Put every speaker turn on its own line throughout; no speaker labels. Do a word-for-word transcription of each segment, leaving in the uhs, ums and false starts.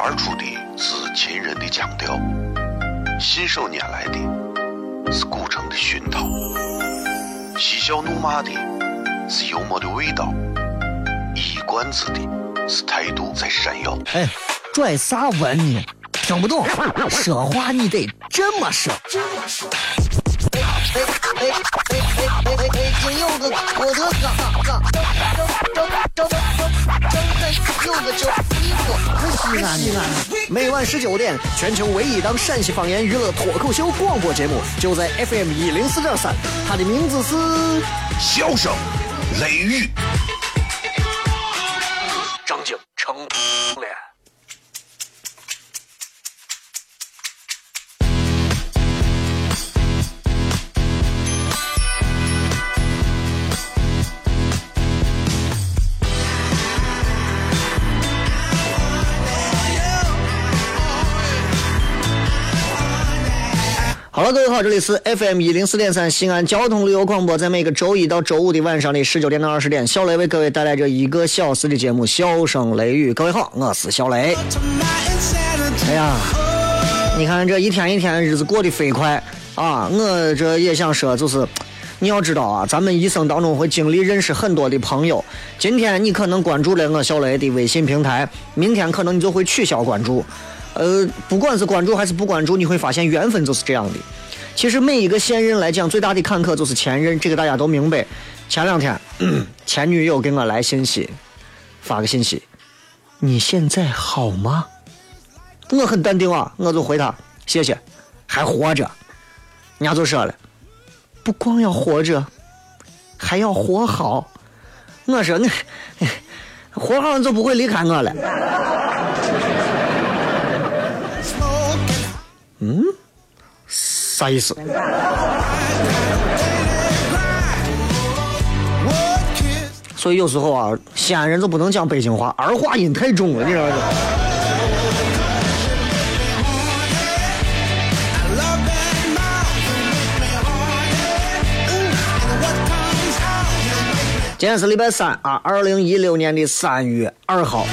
而出的是秦人的腔调，信手拈来的是古城的熏陶，嬉笑怒骂的是幽默的味道，一冠子的是态度在闪耀。
哎，拽啥文呢？听不懂，说话你得这么说。哎哎哎哎哎哎！北京有个郭德纲，张张张张张有个叫一个西安西安。每晚十九点，全球唯一档陕西方言娱乐脱口秀广播节目，就在 F M 一零四点三，它的名字是
笑声雷雨。
张景成脸。好了，各位好，这里是 F M 一零四点三西安交通旅游广播，在每个周一到周五的晚上的十九点到二十点，小雷为各位带来这一个小时的节目《笑声雷雨》。各位好，我是小雷。哎呀，你看这一天一天日子过得飞快啊！我这也想说，就是你要知道啊，咱们一生当中会经历认识很多的朋友。今天你可能关注了我小雷的微信平台，明天可能你就会取消关注。呃，不管是关注还是不关注，你会发现缘分就是这样的。其实每一个现任来讲，最大的坎坷就是前任，这个大家都明白。前两天，嗯、前女友给我来信息，发个信息：“你现在好吗？”我很淡定啊，我就回他：“谢谢，还活着。”人家就说了：“不光要活着，还要活好。”我说：“你活好你就不会离开我了。”嗯，啥意思？所以有时候啊，西安人就不能讲北京话，儿化音太重了，你知道吗？今天是礼拜三啊，二零一六年的三月二号。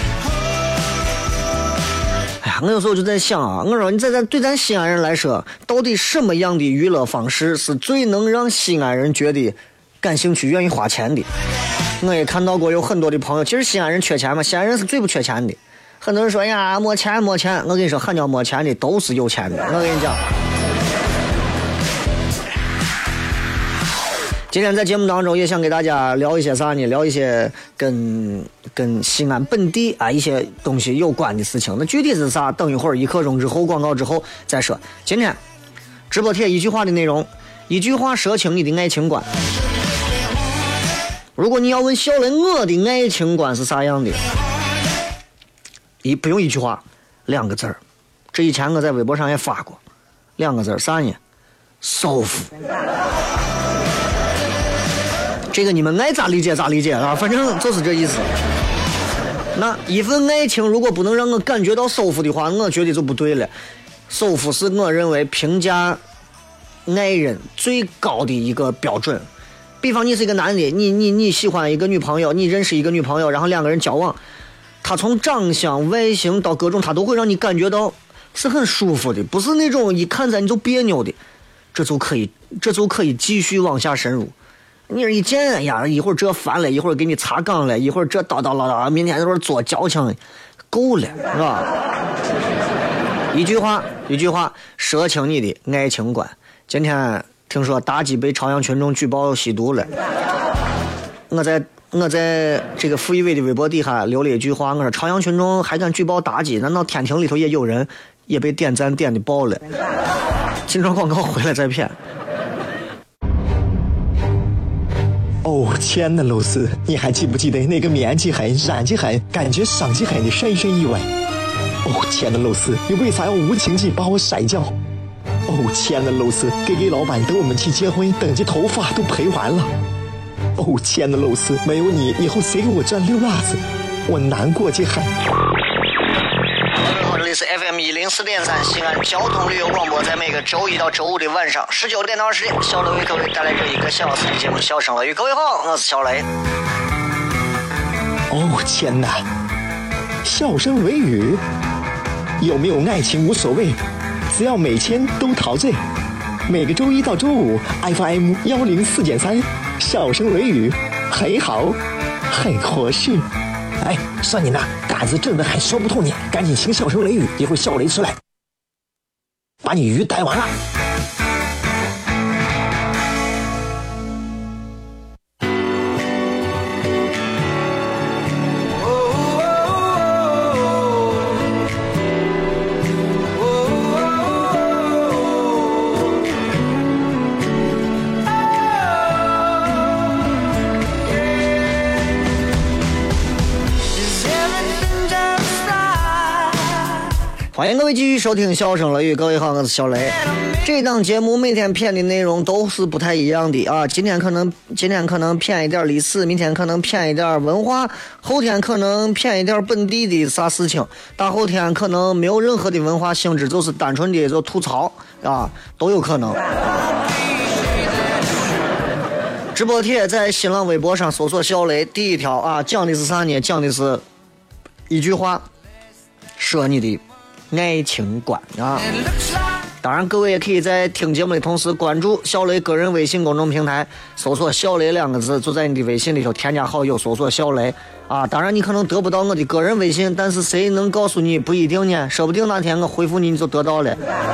我有时候就在想啊，我说你在咱对咱西安人来说，到底什么样的娱乐方式是最能让西安人觉得感兴趣、愿意花钱的？我也看到过有很多的朋友，其实西安人缺钱嘛，西安人是最不缺钱的。很多人说呀，没钱没钱，我跟你说，喊叫没钱的都是有钱的。我跟你讲，今天在节目当中也想给大家聊一些啥呢？聊一些跟跟西安本地啊一些东西有关的事情。那具体是啥？等一会儿一刻钟之后广告之后再说。今天直播贴一句话的内容，一句话说清你的爱情观。如果你要问小雷我的爱情观是啥样的，一不用一句话，两个字儿。这以前我在微博上也发过，两个字儿啥呢？舒服。这个你们爱咋理解咋理解啊，反正就是这意思。那一份爱情如果不能让我感觉到舒服的话，我觉得就不对了。舒服是我认为评价爱人最高的一个标准。比方你是一个男的，你你你喜欢一个女朋友，你认识一个女朋友，然后两个人交往，她从长相、外形到各种，她都会让你感觉到是很舒服的，不是那种一看着你就别扭的，这就可以，这就可以继续往下深入。你一见呀，一会儿这烦了，一会儿给你擦杠了，一会儿这叨叨唠叨，明天一会儿做矫情，够了，是吧？一句话，一句话说清你的爱情观。今天听说妲己被朝阳群众举报吸毒了，我在我在这个傅艺伟的微博底下留了一句话，我说朝阳群众还敢举报妲己，难道天庭里头也有人也被点赞点的爆了？金装广告回来再骗。
哦，亲爱的露丝，你还记不记得那个面积狠、染剂狠、感觉伤及狠的深深意外？哦，亲爱的露丝，你为啥要无情地把我甩掉？哦，亲爱的露丝，给给老板等我们去结婚，等这头发都赔完了。哦，亲爱的露丝，没有你，以后谁给我赚溜辣子？我难过极狠。
这里是 F M 一零四点三西安交通旅游广播，在每个周一到周五的晚上十九点到二十点，小雷为各位带来这一个小时的节目《笑声雷雨》。各位好，我是小雷。
哦天哪，笑声雷雨， 有没有爱情无所谓，只要每天都陶醉。每个周一到周五 F M 幺零四点三，笑声雷雨，很好，很合适。哎，算你那胆子正的还说不透你，赶紧请笑声雷雨，一会儿笑雷出来，把你鱼逮完了。
欢迎各位继续收听笑声雷雨，各位好，我是小雷。这档节目每天骗的内容都是不太一样的啊，今天可能今天可能骗一点历史，明天可能骗一点文化，后天可能骗一点本地的啥事情，大后天可能没有任何的文化性质，就是单纯的就吐槽啊，都有可能。直播帖在新浪微博上搜索小雷，第一条啊，讲的是啥呢？讲的是一句话，说你的爱情观啊！当然，各位也可以在听节目的同时关注小雷个人微信公众平台，搜索“小雷”两个字，就在你的微信里头添加好友，搜索“小雷”啊。当然，你可能得不到我的个人微信，但是谁能告诉你不一定呢？说不定哪天我回复你，你就得到了。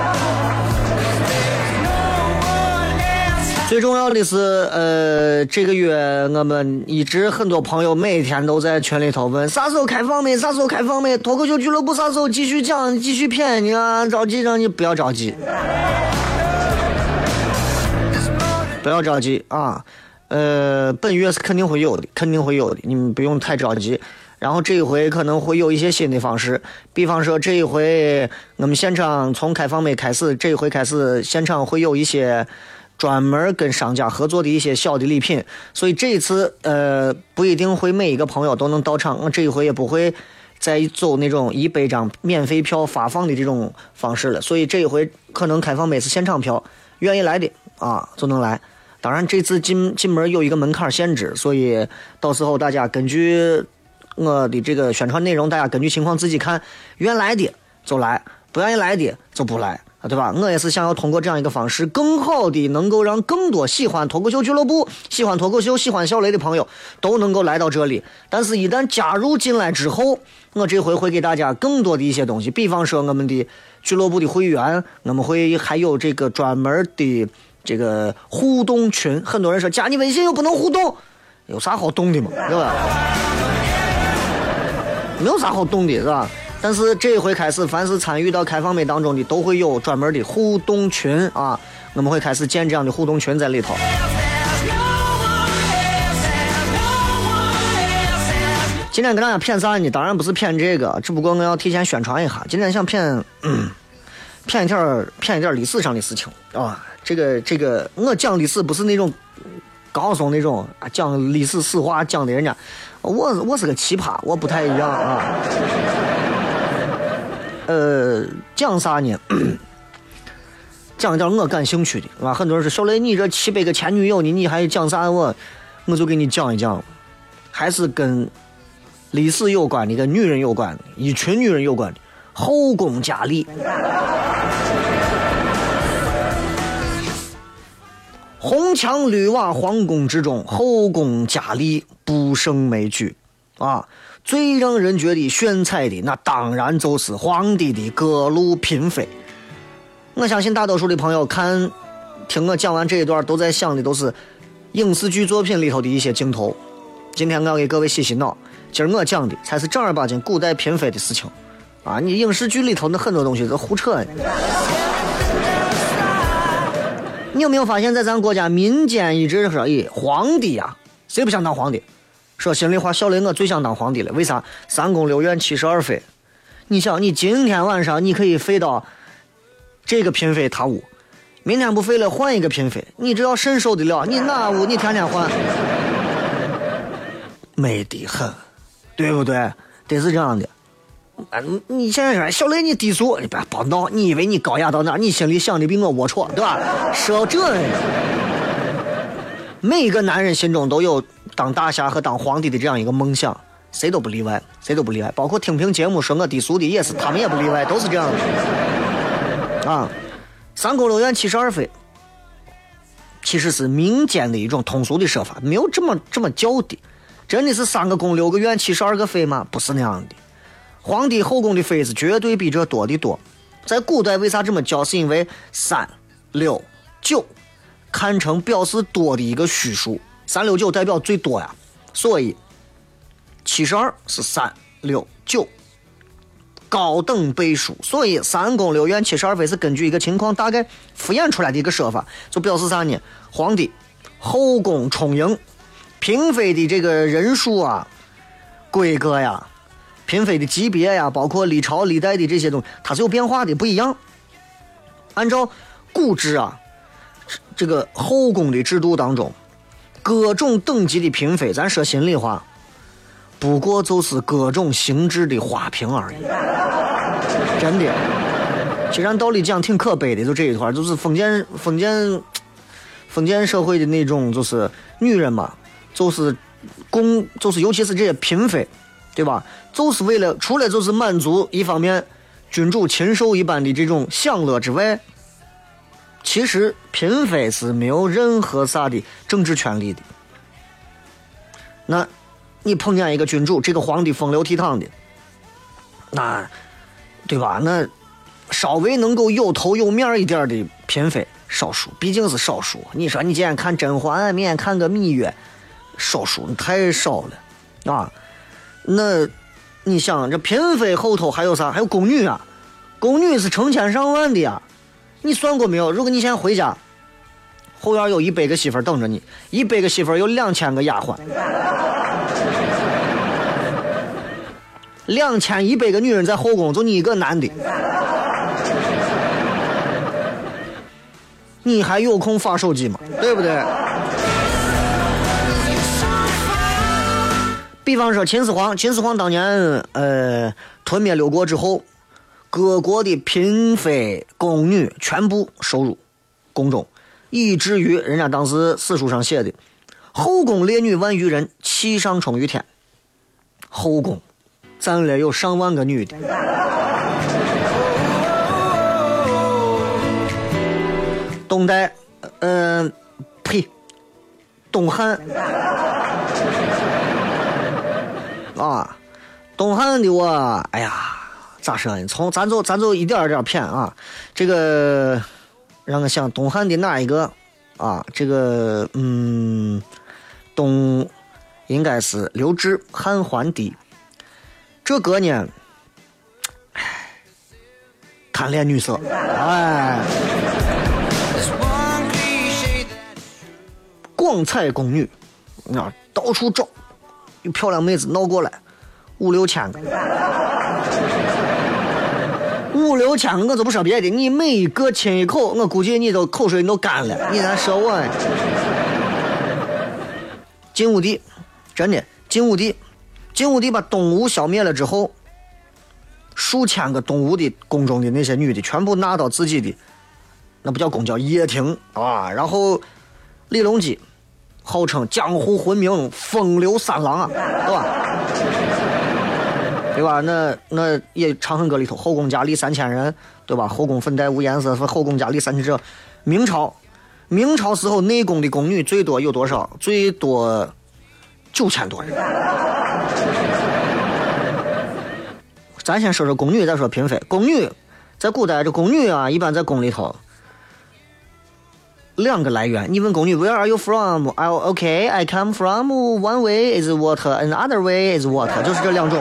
最重要的是，呃，这个月我们一直很多朋友每天都在群里头问啥时候开放没，啥时候开放没，脱口秀俱乐部啥时候继续讲，继续骗你啊！着急让你不要着急，不要着急啊！呃，本月是肯定会有的，肯定会有的，你们不用太着急。然后这一回可能会有一些新的方式，比方说这一回我们现场从开放没开始，这一回开始现场会有一些专门跟商家合作的一些小的礼品，所以这一次呃不一定会每一个朋友都能到场，这一回也不会再走那种一百张免费票发放的这种方式了，所以这一回可能开放每次现场票，愿意来的啊就能来。当然这次进进门有一个门槛限制，所以到时候大家根据我的这个宣传内容，大家根据情况自己看，愿来的就来，不愿意来的就不来，对吧？我也是想要通过这样一个方式，更好的能够让更多喜欢脱口秀俱乐部、喜欢脱口秀、喜欢小雷的朋友都能够来到这里。但是一旦加入进来之后，我这回会给大家更多的一些东西，比方说我们的俱乐部的会员，我们会还有这个专门的这个互动群。很多人说加你微信又不能互动，有啥好动的吗？对吧？没有啥好动的，是吧？但是这一回开始，凡是参与到开放美当中的，都会有专门的互动群啊，我们会开始建这样的互动群在里头。今天跟大家骗啥呢？当然不是骗这个，只不过我要提前宣传一下。今天想骗，嗯，骗一点骗一点历史上的事情啊。这个这个，我讲历史不是那种高耸那种讲历史史话讲的人家，我我是个奇葩，我不太一样啊。呃，讲啥呢？讲一点我感兴趣的，是吧？很多人说小雷，你这七百个前女友，你你还讲啥？我我就给你讲一讲，还是跟历史有关的，跟女人有关的，一群女人有关的后宫佳丽。红墙绿瓦皇宫之中，后宫佳丽不胜枚举啊！最让人觉得炫彩的，那当然就是皇帝的各路嫔妃。我相信大多数的朋友看听我讲完这一段，都在想的都是影视剧作品里头的一些镜头。今天我要给各位洗洗脑，今儿我讲的才是正儿八经古代嫔妃的事情啊！你影视剧里头的很多东西都胡扯。你有没有发现，在咱国家民间一直说，咦，皇帝呀、啊，谁不想当皇帝？说心里话，小雷我最想当皇帝了。为啥？三宫六院七十二妃。你想，你今天晚上你可以飞到这个嫔妃他屋，明天不飞了换一个嫔妃，你知道谁受得了？你哪屋你天天换，美得很，对不对？得是这样的。啊，你现在说小雷你低俗，你不要别闹，你以为你高雅到哪？你心里想的比我龌龊，对吧？说这每个男人心中都有当大侠和当皇帝的这样一个梦想， 谁都不例外，谁都不例外。包括听评节目说我低俗的也是，他们也不例外，都是这样的。啊，三宫六院七十二妃，其实是民间的一种通俗的说法，没有这么这么叫的。真的是三个宫六个院七十二个妃吗？不是那样的。皇帝后宫的妃子绝对比这多的多。在古代为啥这么叫？是因为三六九看成表示多的一个虚数，三六九代表最多呀，所以七十二是三六九高等倍数，所以三宫六院七十二妃是根据一个情况大概敷衍出来的一个说法，就表示啥呢？皇帝后宫充盈，嫔妃的这个人数啊、规格呀、嫔妃的级别呀，包括历朝历代的这些东西，它是有变化的，不一样。按照古制啊，这个后宫的制度当中，各种等级的嫔妃，咱说心里话，不过就是各种形制的花瓶而已。真的，其实按道理讲挺可悲的，就这一块，就是封建封建封建社会的那种，就是女人嘛，就是宫，就是尤其是这些嫔妃，对吧？就是为了除了就是满足一方面君主禽兽一般的这种享乐之外，其实嫔妃是没有任何啥的政治权利的。那你碰见一个君主，这个皇帝风流倜傥的，那对吧？那稍微能够有头有面一点的嫔妃少数，毕竟是少数。你说你今天看甄嬛，明天看个芈月，少数太少了啊。那你想这嫔妃后头还有啥？还有宫女啊，宫女是成千上万的呀。你算过没有？如果你现在回家，后院有一百个媳妇等着你，一百个媳妇有两千个丫鬟，两千一百个女人在后宫，就你一个男的，你还有空发手机吗？对不对？比方说秦始皇，秦始皇当年呃吞灭六国之后，各国的嫔妃宫女全部收入宫中，以至于人家当时史书上写的后宫烈女万余人，气上冲于天。后宫占了有上万个女的。东代嗯、呃、呸东汉啊，东汉的我，哎呀，咋说呢？从咱就咱就一点一点骗啊。这个让我想，东汉的哪一个啊？这个嗯，东应该是刘志汉桓帝。这个呢，哎，贪恋女色，哎，广采宫女，啊，到处找。有漂亮妹子闹过来，五六千个，五六千个，我就不说别的，你每一个亲一口，我估计你都口水你都干了，你咋说我呀？晋武帝，真的，晋武帝，晋武帝把东吴消灭了之后，数千个东吴的宫中的那些女的，全部拿到自己的，那不叫宫，叫掖庭啊。然后李隆基。号称江湖闻名风流三郎啊，对吧？对吧？那那也《长恨歌》里头，后宫佳丽三千人，对吧？后宫粉黛无颜色，后宫佳丽三千这。明朝，明朝时候内宫的宫女最多有多少？最多九千多人。咱先说说宫女，再说嫔妃。宫女在古代，这宫女啊，一般在宫里头。两个来源，你问宫女 Where are you from? I OK, I come from one way is water, and other way is water， 就是这两种。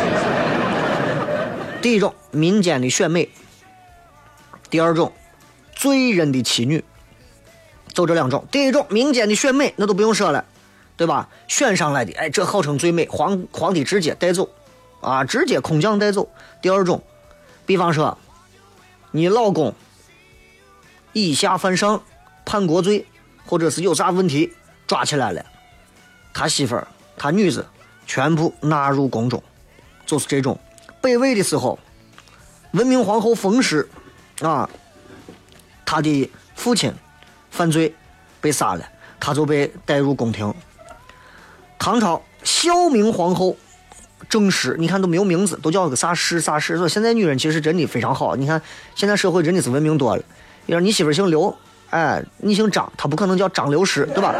第一种民间的选美，第二种罪人的妻女，就这两种。第一种民间的选美，那都不用说了，对吧？选上来的，哎，这号称最美，皇皇帝直接带走，啊，直接空降带走。第二种，比方说你老公以下犯上。叛国罪，或者是有啥问题抓起来了，他媳妇儿、他女子全部纳入宫中，就是这种。北魏的时候，文明皇后冯氏啊，他的父亲犯罪被杀了，他就被带入宫廷。唐朝孝明皇后正室，你看都没有名字，都叫个啥氏啥氏。所以现在女人其实真的非常好，你看现在社会真的是文明多了。要是你媳妇姓刘，哎，你姓张，她不可能叫张刘氏，对吧？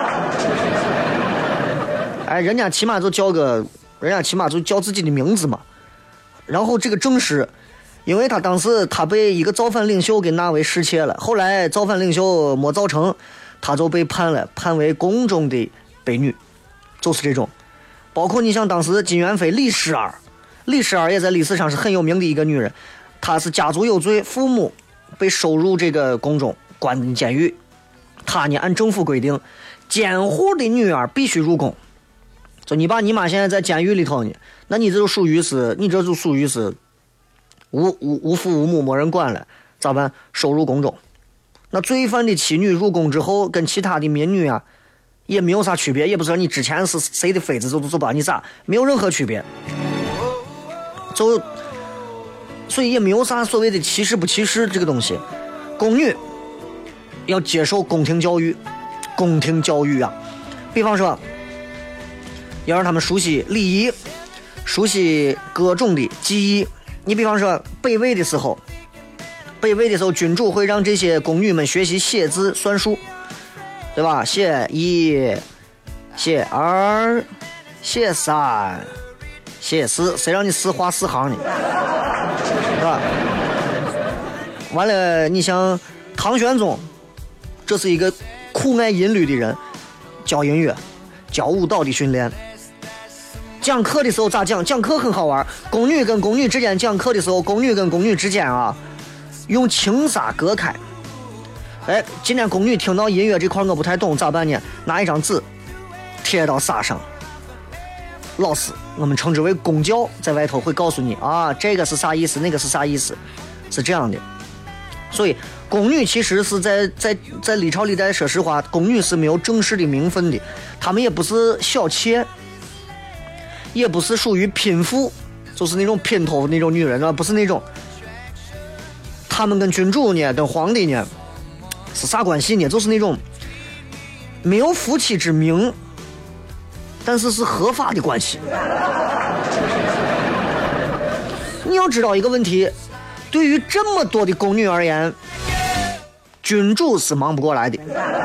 哎，人家起码就叫个，人家起码就叫自己的名字嘛。然后这个正室，因为他当时他被一个造反领袖给纳为侍妾了，后来造反领袖没造成，他就被判了，判为宫中的婢女，就是这种。包括你像当时金元妃李氏儿，李氏儿也在历史上是很有名的一个女人，她是家族有罪，父母被收入这个宫中关进监狱，她呢按政府规定，监护的女儿必须入宫。就你爸你妈现在在监狱里头呢，那你这就属于是，你这就属于是无无无父无母没人管了，咋办？收入宫中。那罪犯的妻女入宫之后，跟其他的民女啊，也没有啥区别，也不是说你之前是谁的妃子就就把你咋，没有任何区别。就所以也没有啥所谓的歧视不歧视这个东西。宫女要接受宫廷教育，宫廷教育啊，比方说。要让他们熟悉礼仪，熟悉各种的技艺。你比方说北魏的时候，北魏的时候，君主会让这些宫女们学习写字算术，对吧？写一，写二，写三，写四，谁让你四画四行呢？是吧？完了，你像唐玄宗，这是一个酷爱音律的人，教音乐，教舞蹈的训练。讲课的时候咋讲？讲课很好玩，宫女跟宫女之间讲课的时候，宫女跟宫女之间啊，用轻纱隔开。哎，今天宫女听到音乐这块我不太懂，咋办呢？拿一张纸贴到纱上。老师，我们称之为宫教，在外头会告诉你啊，这个是啥意思，那个是啥意思，是这样的。所以宫女其实是在在在历朝历代，说实话，宫女是没有正式的名分的，她们也不是小妾。也不是属于贫妇，就是那种姘头那种女人啊，不是那种。他们跟君主呢，跟皇帝呢，是啥关系呢？就是那种没有夫妻之名，但是是合法的关系。你要知道一个问题，对于这么多的宫女而言，君主是忙不过来的。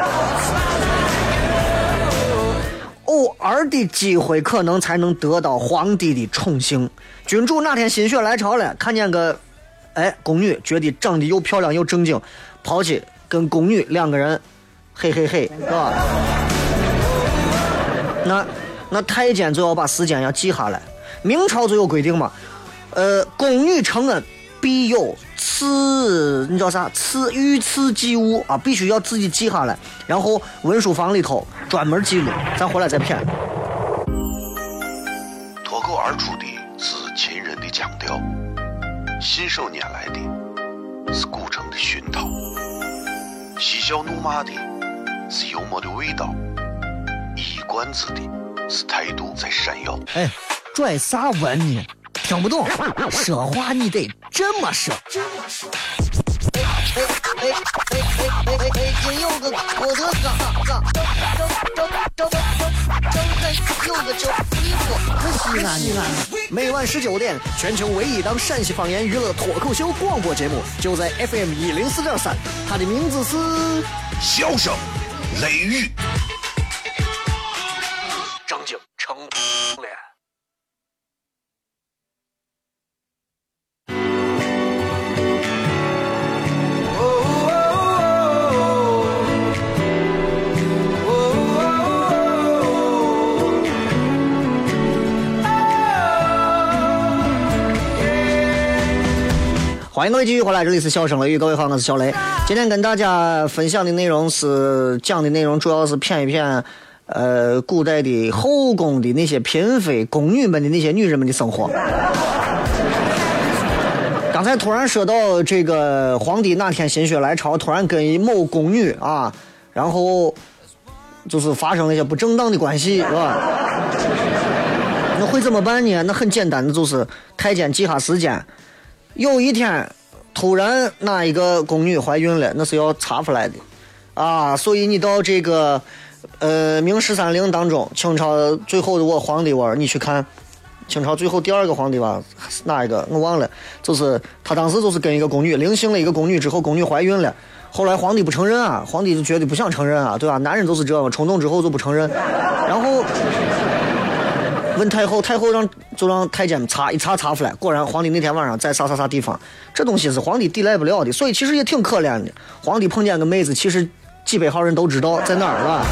偶尔的机会可能才能得到皇帝的宠幸。君主那天心血来潮了，看见个哎宫女，觉得长得又漂亮又正经，跑去跟宫女两个人嘿嘿嘿，是吧？那那太监就要把时间要记下来。明朝就有规定嘛，呃，宫女承恩必有赐，你知道啥？赐御赐祭物啊，必须要自己记下来，然后文书房里头专门记录，咱回来再骗。
脱口而出的是秦人的腔调，信手拈来的是古城的熏陶，嬉笑怒骂的是幽默的味道，一冠子的是态度在闪耀。
哎，拽啥文呢？听不懂，说话你得这么说。哎哎哎哎哎哎哎！今有个我的嘎嘎，张张张张张有个叫衣服，可惜了你了。每晚十九点，全球唯一档陕西方言娱乐脱口秀广播节目，就在 F M 一零四点三，它的名字是
笑声雷雨。
张景成脸。欢迎各位继续回来，这里是笑声雷雨，各位好，我是小雷。今天跟大家分享的内容是讲的内容，主要是骗一骗，呃，古代的后宫的那些嫔妃、宫女们的那些女人们的生活。刚才突然说到这个皇帝那天心血来潮，突然跟某宫女啊，然后就是发生了一些不正当的关系，是吧？那会怎么办呢？那很简单的，就是太监记下时间。有一天突然那一个宫女怀孕了，那是要查出来的啊，所以你到这个呃明十三陵当中，清朝最后的我皇帝我你去看清朝最后第二个皇帝吧，哪一个我忘了，就是他当时就是跟一个宫女另行了一个宫女之后，宫女怀孕了，后来皇帝不承认啊，皇帝就觉得不想承认啊，对吧？男人都是这样，冲动之后就不承认，然后问太后，太后让就让太监查一查查出来，果然皇帝那天晚上在啥啥啥地方，这东西是皇帝抵赖不了的，所以其实也挺可怜的。皇帝碰见个妹子，其实几百号人都知道在哪儿了。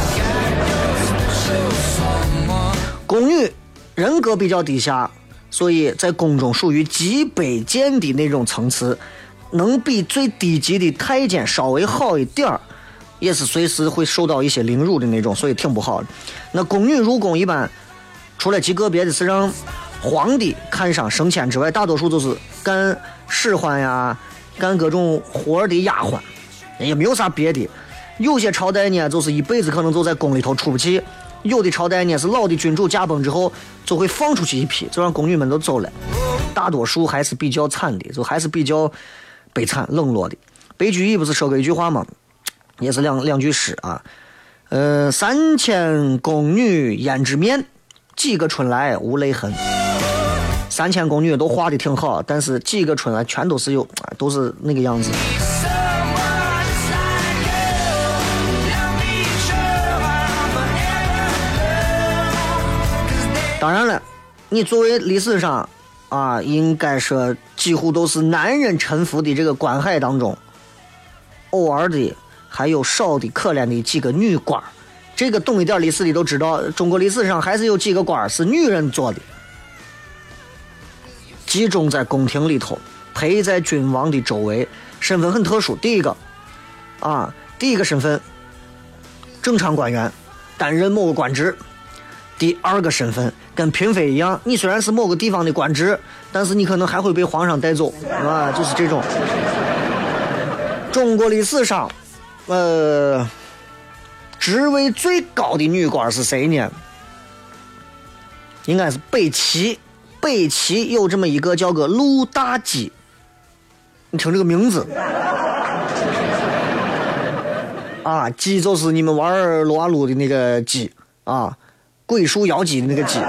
宫女人格比较低下，所以在宫中属于极卑贱的那种层次，能比最低级的太监稍微好一点儿，也是随时会受到一些凌辱的那种，所以挺不好的。那宫女入宫一般除了极个别的是让皇帝看上升迁之外，大多数都是干使唤呀，干各种活的丫鬟，也没有啥别的。有些朝代呢，就是一辈子可能就在宫里头出不去；有的朝代呢，是老的君主驾崩之后，就会放出去一批，就让宫女们都走了。大多数还是比较惨的，就还是比较悲惨冷落的。白居易不是说过一句话吗？也是两两句诗啊。呃，三千宫女胭脂面，几个春来无泪痕。三千宫女都画的挺好，但是几个春来全都是有，都是那个样子。当然了，你作为历史上啊，应该说几乎都是男人臣服的这个关海当中，偶尔的还有少的可怜的几个女官。这个懂一点历史的都知道，中国历史上还是有几个官是女人做的，集中在宫廷里头，陪在君王的周围，身份很特殊。第一个啊，第一个身份正常官员，担任某个官职。第二个身份跟嫔妃一样，你虽然是某个地方的官职，但是你可能还会被皇上带走啊，就是这种。中国历史上呃职位最高的女官是谁呢？应该是北齐。北齐有这么一个叫个陆大姬，你听这个名字啊，姬就是你们玩撸啊撸的那个姬啊，鬼术妖姬的那个姬，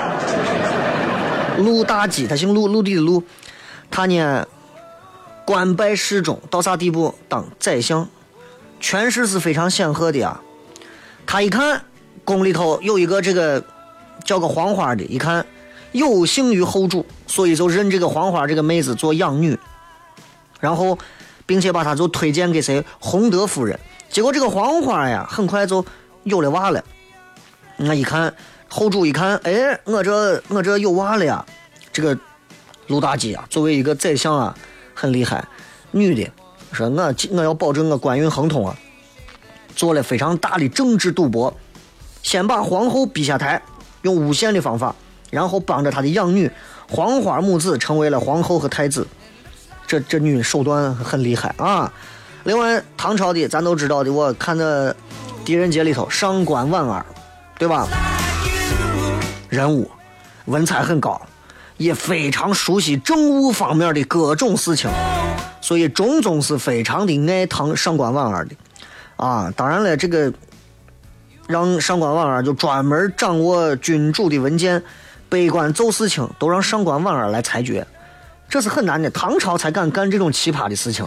陆大姬，他姓陆，陆地的陆，他呢官拜侍中，到啥地步？当宰相，权势是非常显赫的啊。他一看宫里头有一个这个叫个黄花的，一看有幸于后主，所以就认这个黄花这个妹子做养女，然后并且把她就推荐给谁？洪德夫人。结果这个黄花呀，很快就有了娃了。那一看后主一看，哎，我这我这有娃了呀！这个陆大姬啊，作为一个宰相啊，很厉害，女的说我我要保证我官运亨通啊，做了非常大的政治赌博，先把皇后逼下台，用诬陷的方法，然后帮着他的养女黄花母子成为了皇后和太子。这这女手段很厉害啊！另外，唐朝的咱都知道的，我看的《狄仁杰》里头上官婉儿，对吧？人物文采很高，也非常熟悉政务方面的各种事情，所以中宗是非常的爱唐上官婉儿的啊。当然了，这个让上官婉儿就专门掌握君主的文件，北关奏事情都让上官婉儿来裁决，这是很难的。唐朝才敢干这种奇葩的事情。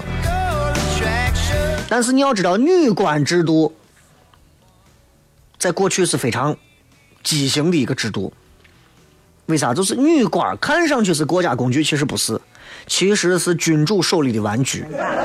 但是你要知道，女官制度在过去是非常畸形的一个制度。为啥？就是女官看上去是国家工具，其实不是，其实是君主手里的玩具，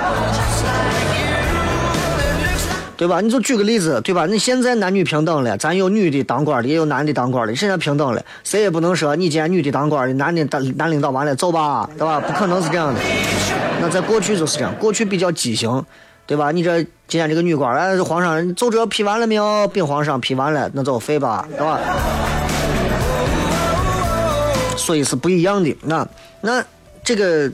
对吧？你就举个例子，对吧？你现在男女平等了，咱有女的当官的，也有男的当官的，现在平等了，谁也不能说你既然女的当官的，男的男领导完了走吧，对吧？不可能是这样的。那在过去就是这样，过去比较畸形，对吧？你这今天这个女官，哎，皇上奏折批完了没有？禀皇上批完了，那就废吧，对吧？所以是不一样的。那那这个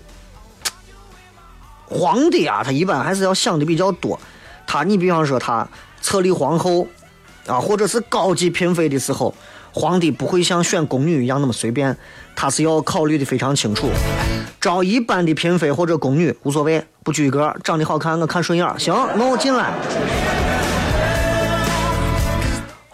皇帝啊，他一般还是要想的比较多。他，你比方说他册立皇后啊，或者是高级嫔妃的时候，皇帝不会像选宫女一样那么随便，他是要考虑的非常清楚。招一般的嫔妃或者宫女无所谓，不拘格，长得好看我看顺眼，行，弄我进来。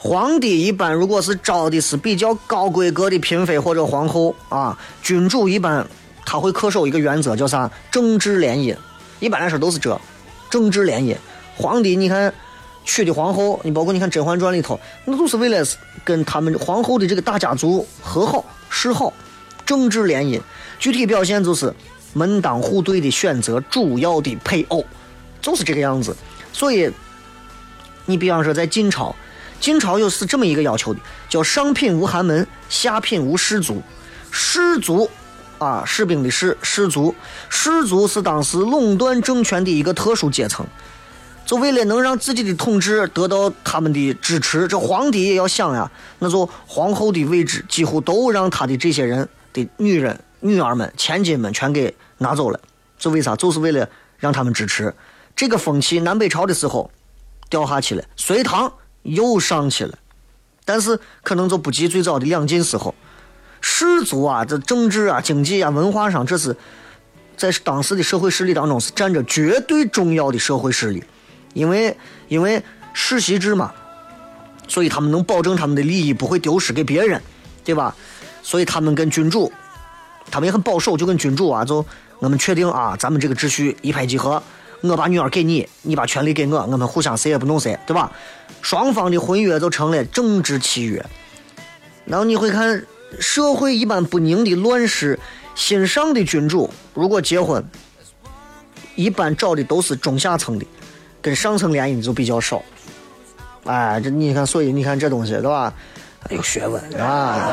皇帝一般如果是招的是比较高规格的嫔妃或者皇后啊，君主一般他会恪守一个原则，叫啥？政治联姻。一般来说都是这政治联姻。皇帝你看娶的皇后，你包括你看《甄嬛传》里头，那都是为了跟他们皇后的这个大家族和好示好，政治联姻。具体表现就是门当户对的选择主要的配偶，就是这个样子。所以你比方说在晋朝，晋朝又是这么一个要求的，叫上品无寒门，下品无士族。士族啊，士兵的士，士族，士族是当时垄断政权的一个特殊阶层。就为了能让自己的统治得到他们的支持，这皇帝也要想呀，那就皇后的位置几乎都让他的这些人的女人、女儿们、千金们全给拿走了。这为啥？就是为了让他们支持。这个风气南北朝的时候掉下去了，隋唐又上去了，但是可能就不及最早的两晋时候。士族啊，这政治啊、经济啊、文化上，这是在当时的社会势力当中是占着绝对重要的社会势力。因为因为世袭制嘛，所以他们能保证他们的利益不会丢失给别人，对吧？所以他们跟君主，他们也很保守，就跟君主啊，就我们确定啊，咱们这个秩序一拍即合，我把女儿给你，你把权利给我，我们互相谁也不弄谁，对吧？双方的婚约就成了政治契约。然后你会看社会一般不宁的乱世，新上的君主如果结婚，一般找的都是中下层的，跟上层联姻就比较少。哎，这你看，所以你看这东西对吧？有学问啊。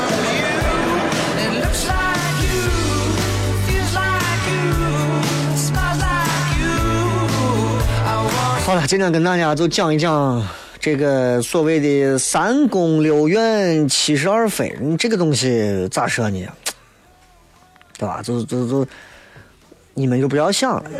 好了，今天跟大家就讲一讲这个所谓的三宫六院七十二妃，你这个东西咋说呢？对吧？就就就你们就不要想了。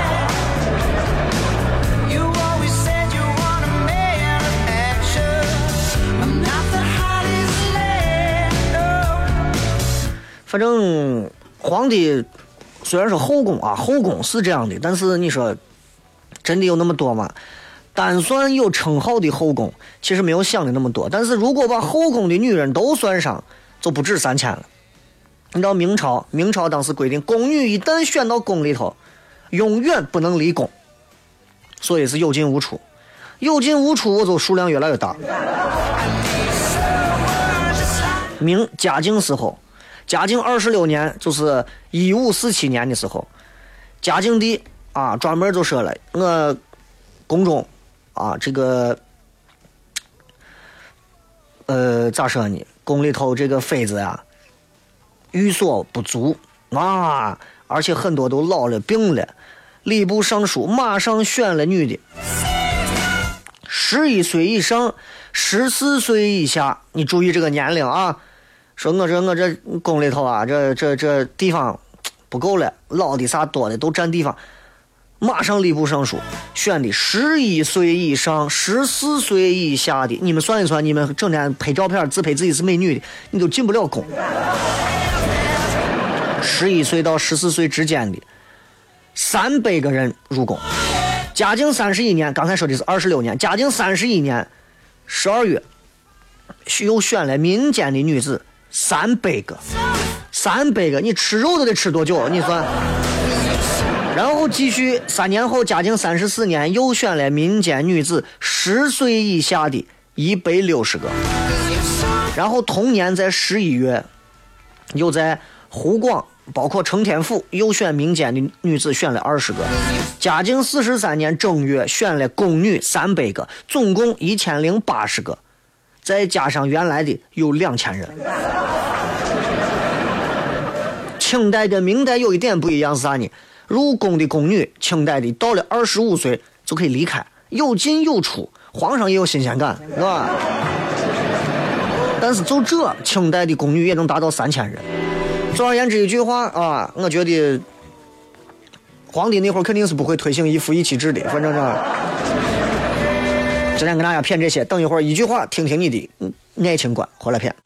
反正皇帝虽然说后宫啊，后宫是这样的，但是你说真的有那么多吗？单算有称号的后宫，其实没有想的那么多。但是如果把后宫的女人都算上，就不止三千了。你知道明朝，明朝当时规定，宫女一旦选到宫里头，永远不能离宫，所以是有进无出。有进无出，我就数量越来越大。明嘉靖时候，嘉靖二十六年，就是一五四七年的时候，嘉靖帝啊专门就说了，我宫中啊这个呃咋说呢？宫里头这个妃子呀，寓所不足啊，而且很多都老了病了。礼部尚书马上选了女的，十一岁以上，十四岁以下，你注意这个年龄啊。说我这我这宫里头啊，这这这地方不够了，老的啥多的都占地方。马上礼部尚书选的十一岁以上、十四岁以下的，你们算一算，你们整天拍照片自拍自己是美女的，你都进不了宫。十一岁到十四岁之间的三百个人入宫。嘉靖三十一年，刚才说的是二十六年，嘉靖三十一年十二月，又选了民间的女子三百个，三百个，你吃肉都得吃多久？你算。然后继续三年后，嘉靖三十四年又选了民间女子十岁以下的一百六十个。然后同年在十一月，又在湖广包括承天府又选民间的女子选了二十个。嘉靖四十三年正月选了宫女三百个，总共一千零八十个，再加上原来的有两千人。清代跟明代有一点不一样是啥呢？入宫的宫女，清代的到了二十五岁就可以离开，有进有出，皇上也有新鲜感，是吧？但是就这，清代的宫女也能达到三千人。总而言之一句话啊，我觉得皇帝那会儿肯定是不会推行一夫一妻制的，反正这今天跟大家骗这些，等一会儿一句话听听你的爱情观，回来骗。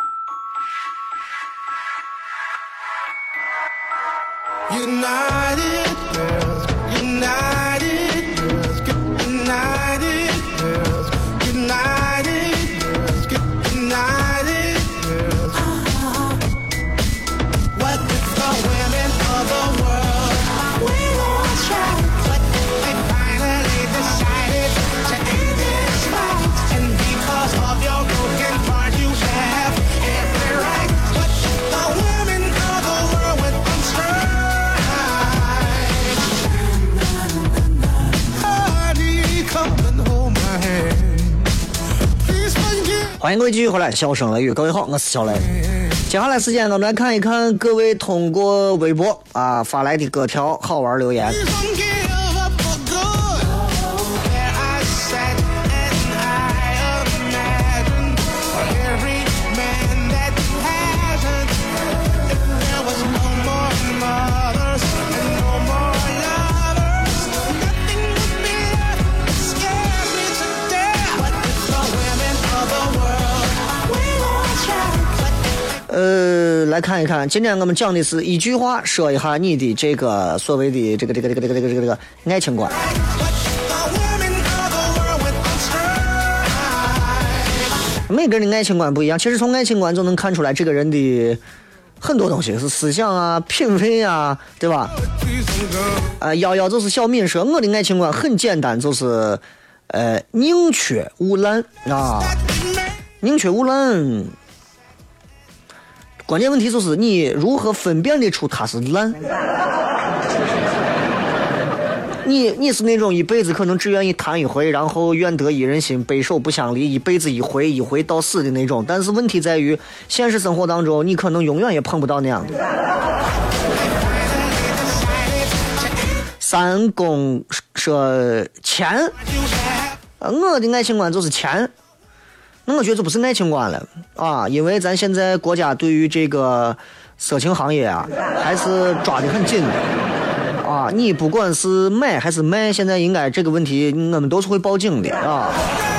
欢迎各位继续回来，笑声雷雨，各位好，我是小雷。接下来时间我们来看一看各位通过微博啊发来的各条好玩留言。呃，来看一看，今天我们讲的是一句话说一下你的这个所谓的这个这个这个这个这个这个这个爱情观。每个人的爱情观不一样，其实从爱情观就能看出来这个人的很多东西，是思想啊、品味啊，对吧？啊，瑶瑶就是小敏说，我的爱情观很简单，就是呃宁缺毋滥啊，宁缺毋滥。关键问题就是你如何分辨得出它是烂。你你是那种一辈子可能只愿意谈一回，然后愿得一人心，白首不相离，一辈子一回一回到死的那种。但是问题在于，现实生活当中，你可能永远也碰不到那样的。三公说钱，我的爱情观就是钱。那我觉得这不是爱情观了啊，因为咱现在国家对于这个色情行业啊，还是抓得很紧的啊。你不管是买还是卖，现在应该这个问题我们都是会报警的啊。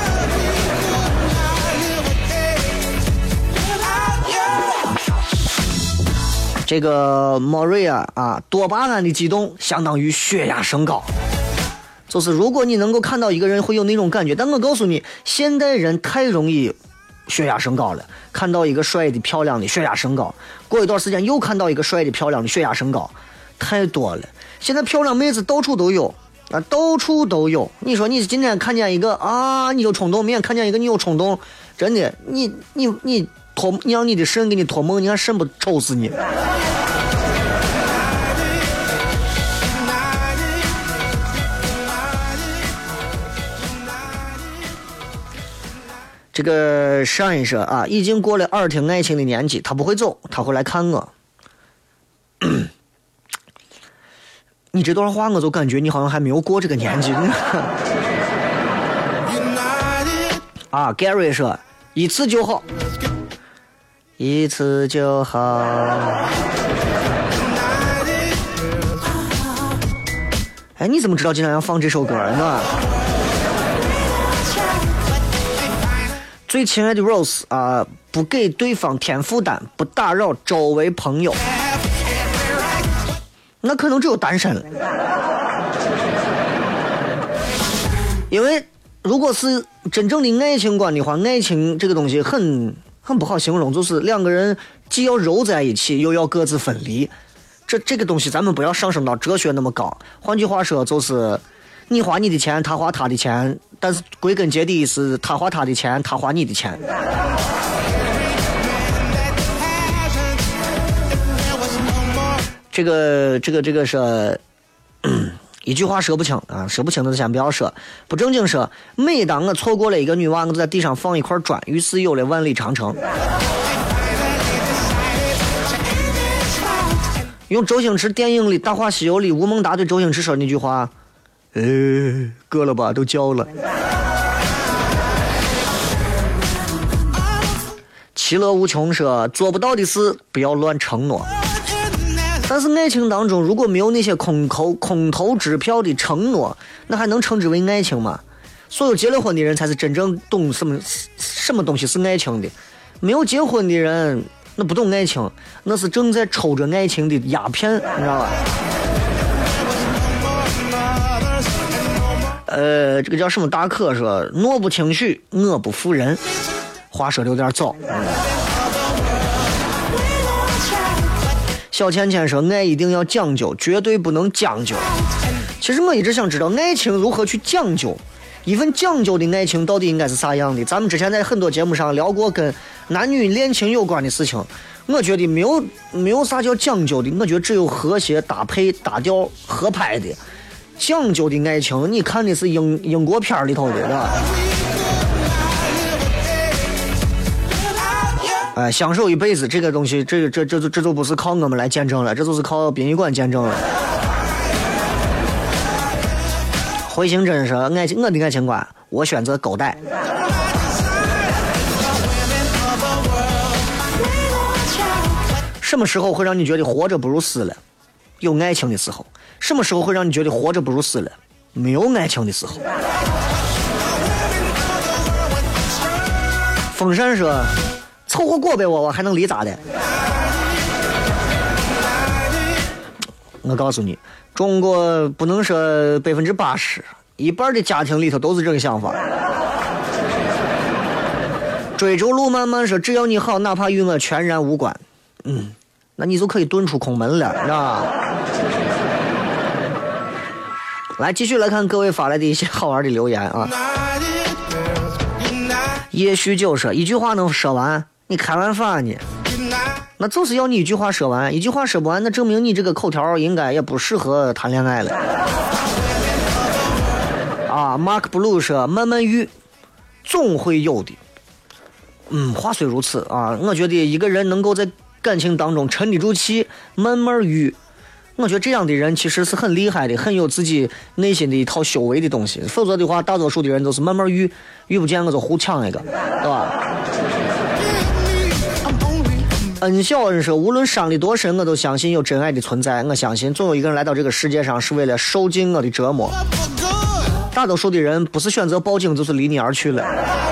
这个莫瑞啊啊，多巴胺的激动相当于血压升高。就是如果你能够看到一个人会有那种感觉，但我告诉你，现代人太容易血压升高了。看到一个帅的漂亮的血压升高，过一段时间又看到一个帅的漂亮的血压升高，太多了。现在漂亮妹子到处都有啊，到处都有。你说你今天看见一个啊，你就冲动；明天看见一个你又冲动，真的，你你你托你让你的肾给你托梦，你看肾不抽死你。这个上一说啊，已经过了耳听爱情的年纪，他不会走，他会来看我。你这段话我就感觉你好像还没有过这个年纪。啊 ，Gary 说一次就好，一次就好。哎，你怎么知道今天要放这首歌呢？最亲爱的 Rose 啊、呃，不给对方添负担，不打扰周围朋友，那可能只有单身了。因为如果是真正的爱情观的话，爱情这个东西很很不好形容，就是两个人既要揉在一起，又要各自分离。这这个东西咱们不要上升到哲学那么高。换句话说，就是你花你的钱，他花他的钱。但是归根结底是他花他的钱，他花你的钱。这个这个这个是一句话说不清啊，说不清的先不要说。不正经说，每当我错过了一个女娃，我就在地上放一块砖，于是有了万里长城。用周星驰电影里《大话西游》里吴孟达对周星驰说那句话。呃，割了吧，都焦了。其乐无穷说，做不到的事不要乱承诺。但是爱情当中如果没有那些空头空头支票的承诺，那还能称之为爱情吗？所有结了婚的人才是真正懂什么什么东西是爱情的，没有结婚的人那不懂爱情，那是正在抽着爱情的鸦片，你知道吧？呃，这个叫什么大可说，诺不轻许，我不负人。话说的有点早。小倩倩说，爱一定要讲究，绝对不能将就。其实我一直想知道，爱情如何去讲究，一份讲究的爱情到底应该是啥样的。咱们之前在很多节目上聊过跟男女恋情有关的事情，我觉得没有没有啥叫讲究的，我觉得只有和谐搭配搭调合拍的。讲究的爱情，你看的是英英国片里头的，是吧？ 呃，享受一辈子这个东西，这这这这这就不是靠我们来见证了，这就是靠殡仪馆见证了。回形针说爱情，我的爱情观，我选择狗带。什么时候会让你觉得活着不如死了？有爱情的时候。什么时候会让你觉得活着不如死了？没有爱情的时候。风扇说凑合过呗，我我还能离咋的？我告诉你，中国不能说百分之八十，一半的家庭里头都是这个想法。追逐路漫漫说，只要你好，哪怕与我全然无关。嗯，那你就可以遁出空门了，是吧？来，继续来看各位发来的一些好玩的留言啊。也许就是一句话能说完，你开玩笑呢？那就是要你一句话说完，一句话说不完，那证明你这个口条应该也不适合谈恋爱了。啊 ，Mark Blue 说慢慢遇，总会有的。嗯，话虽如此啊，我觉得一个人能够在感情当中沉得住气，慢慢遇。我觉得这样的人其实是很厉害的，很有自己内心的一套修为的东西。否则的话，大多数的人都是慢慢遇，遇不见我就胡抢一个，对吧？恩小恩说，无论伤的多深，我都相信有真爱的存在。我相信总有一个人来到这个世界上是为了受尽我的折磨。大多数的人不是选择报警，就是离你而去了。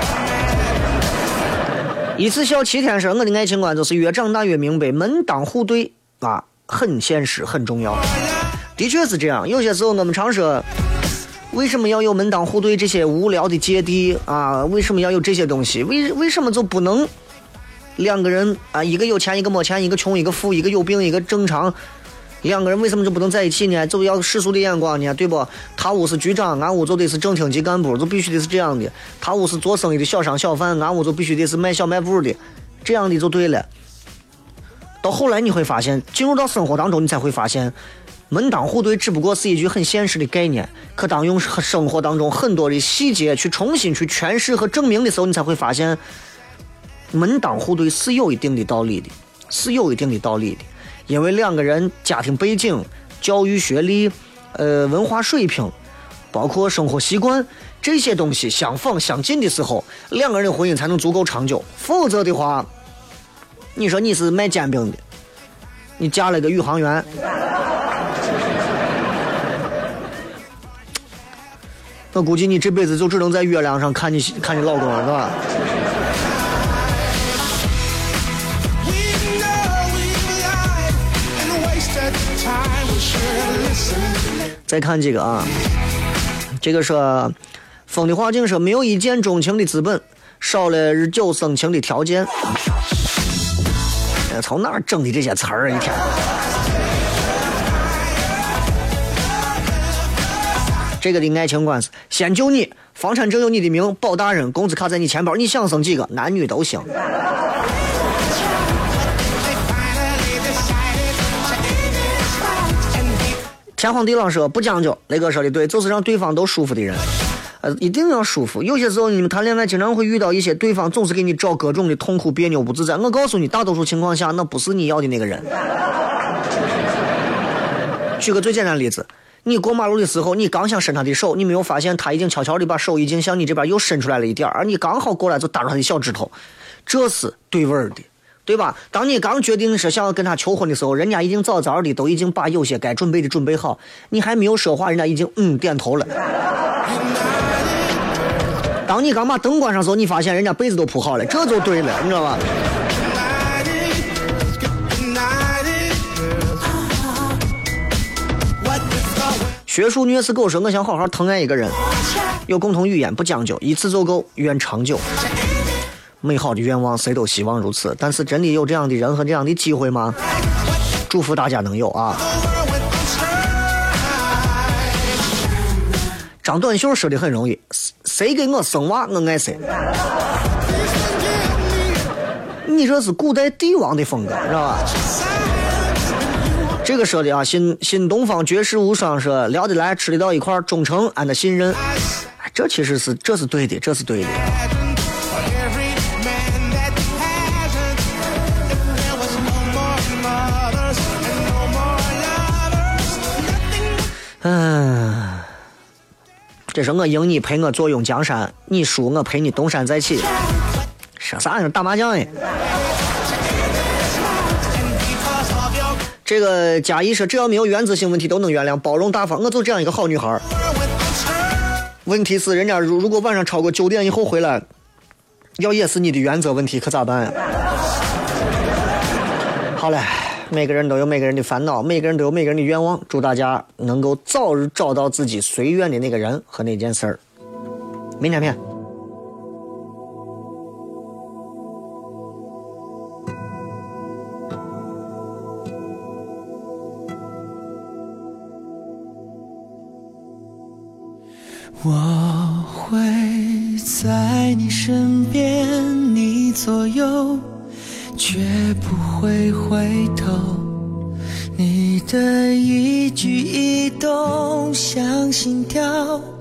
一次笑七天说，我的爱情观就是越长大越明白，门当户对啊。很现实，很重要，的确是这样。有些时候我们常说，为什么要有门当户对这些无聊的芥蒂啊？为什么要有这些东西？为为什么就不能两个人啊，一个有钱一个没钱，一个穷一个富，一个有病一个正常，两个人为什么就不能在一起呢？就要世俗的眼光呢，对不？他屋是局长，俺屋就得是正厅级干部，就必须得是这样的。他屋是做生意的小商小贩，俺屋就必须得是卖小卖部的，这样的就对了。到后来你会发现，进入到生活当中，你才会发现，门当户对只不过是一句很现实的概念。可当用生活当中很多的细节去重新去诠释和证明的时候，你才会发现，门当户对是有一定的道理的，是有一定的道理的。因为两个人家庭背景、教育学历、呃文化水平，包括生活习惯这些东西相仿相近的时候，两个人的婚姻才能足够长久。否则的话，你说你是卖煎饼的，你嫁了个宇航员，我估计你这辈子就只能在月亮上看你看你老公了，是吧？再看这个啊，这个说风的话境说，没有一见钟情的资本，少了日久生情的条件。从哪儿整的这些词儿？一天。这个的爱情观是先救你，房产证有你的名，保大人，工资卡在你钱包，你想生几个，男女都行。天荒地老说不讲究，雷哥说的对，就是让对方都舒服的人。呃，一定要舒服。有些时候你们谈恋爱经常会遇到一些对方总是给你找各种的痛苦、别扭、不自在。我告诉你，大多数情况下那不是你要的那个人。举个最简单的例子，你过马路的时候，你刚想伸他的手，你没有发现他已经悄悄地把手已经向你这边又伸出来了一点，而你刚好过来就打住他的小指头，这是对味儿的，对吧？当你刚决定是想要跟他求婚的时候，人家已经早早的都已经把有些该准备的准备好，你还没有说话，人家已经嗯点头了。当你刚把灯关上的时候，你发现人家被子都铺好了，这就对了，你知道吧？学术虐死狗说，我想好好疼爱一个人，有共同语言，不讲究，一次就够，愿长久。美好的愿望谁都希望如此，但是真的有这样的人和这样的机会吗？祝福大家能有啊。张短袖说的很容易，谁给我生娃我爱谁。你这是古代帝王的风格，知道吧？这个说的啊，新新东方绝世无双说聊得来吃得到一块，忠诚俺的信任，这其实是这是对的，这是对的。 嗯，这是我赢你陪我坐拥江山，你输我陪你东山再起。说啥呢？打麻将哎。这个嘉义说，只要没有原则性问题都能原谅，包容大方，我就这样一个好女孩。问题是人家如如果晚上超过九点以后回来，要也是你的原则问题，可咋办？好嘞，每个人都有每个人的烦恼，每个人都有每个人的愿望，祝大家能够早日找到自己随愿的那个人和那件事儿。明天见。
我会在你身边，你左右，绝不会回头。你的一举一动像心跳。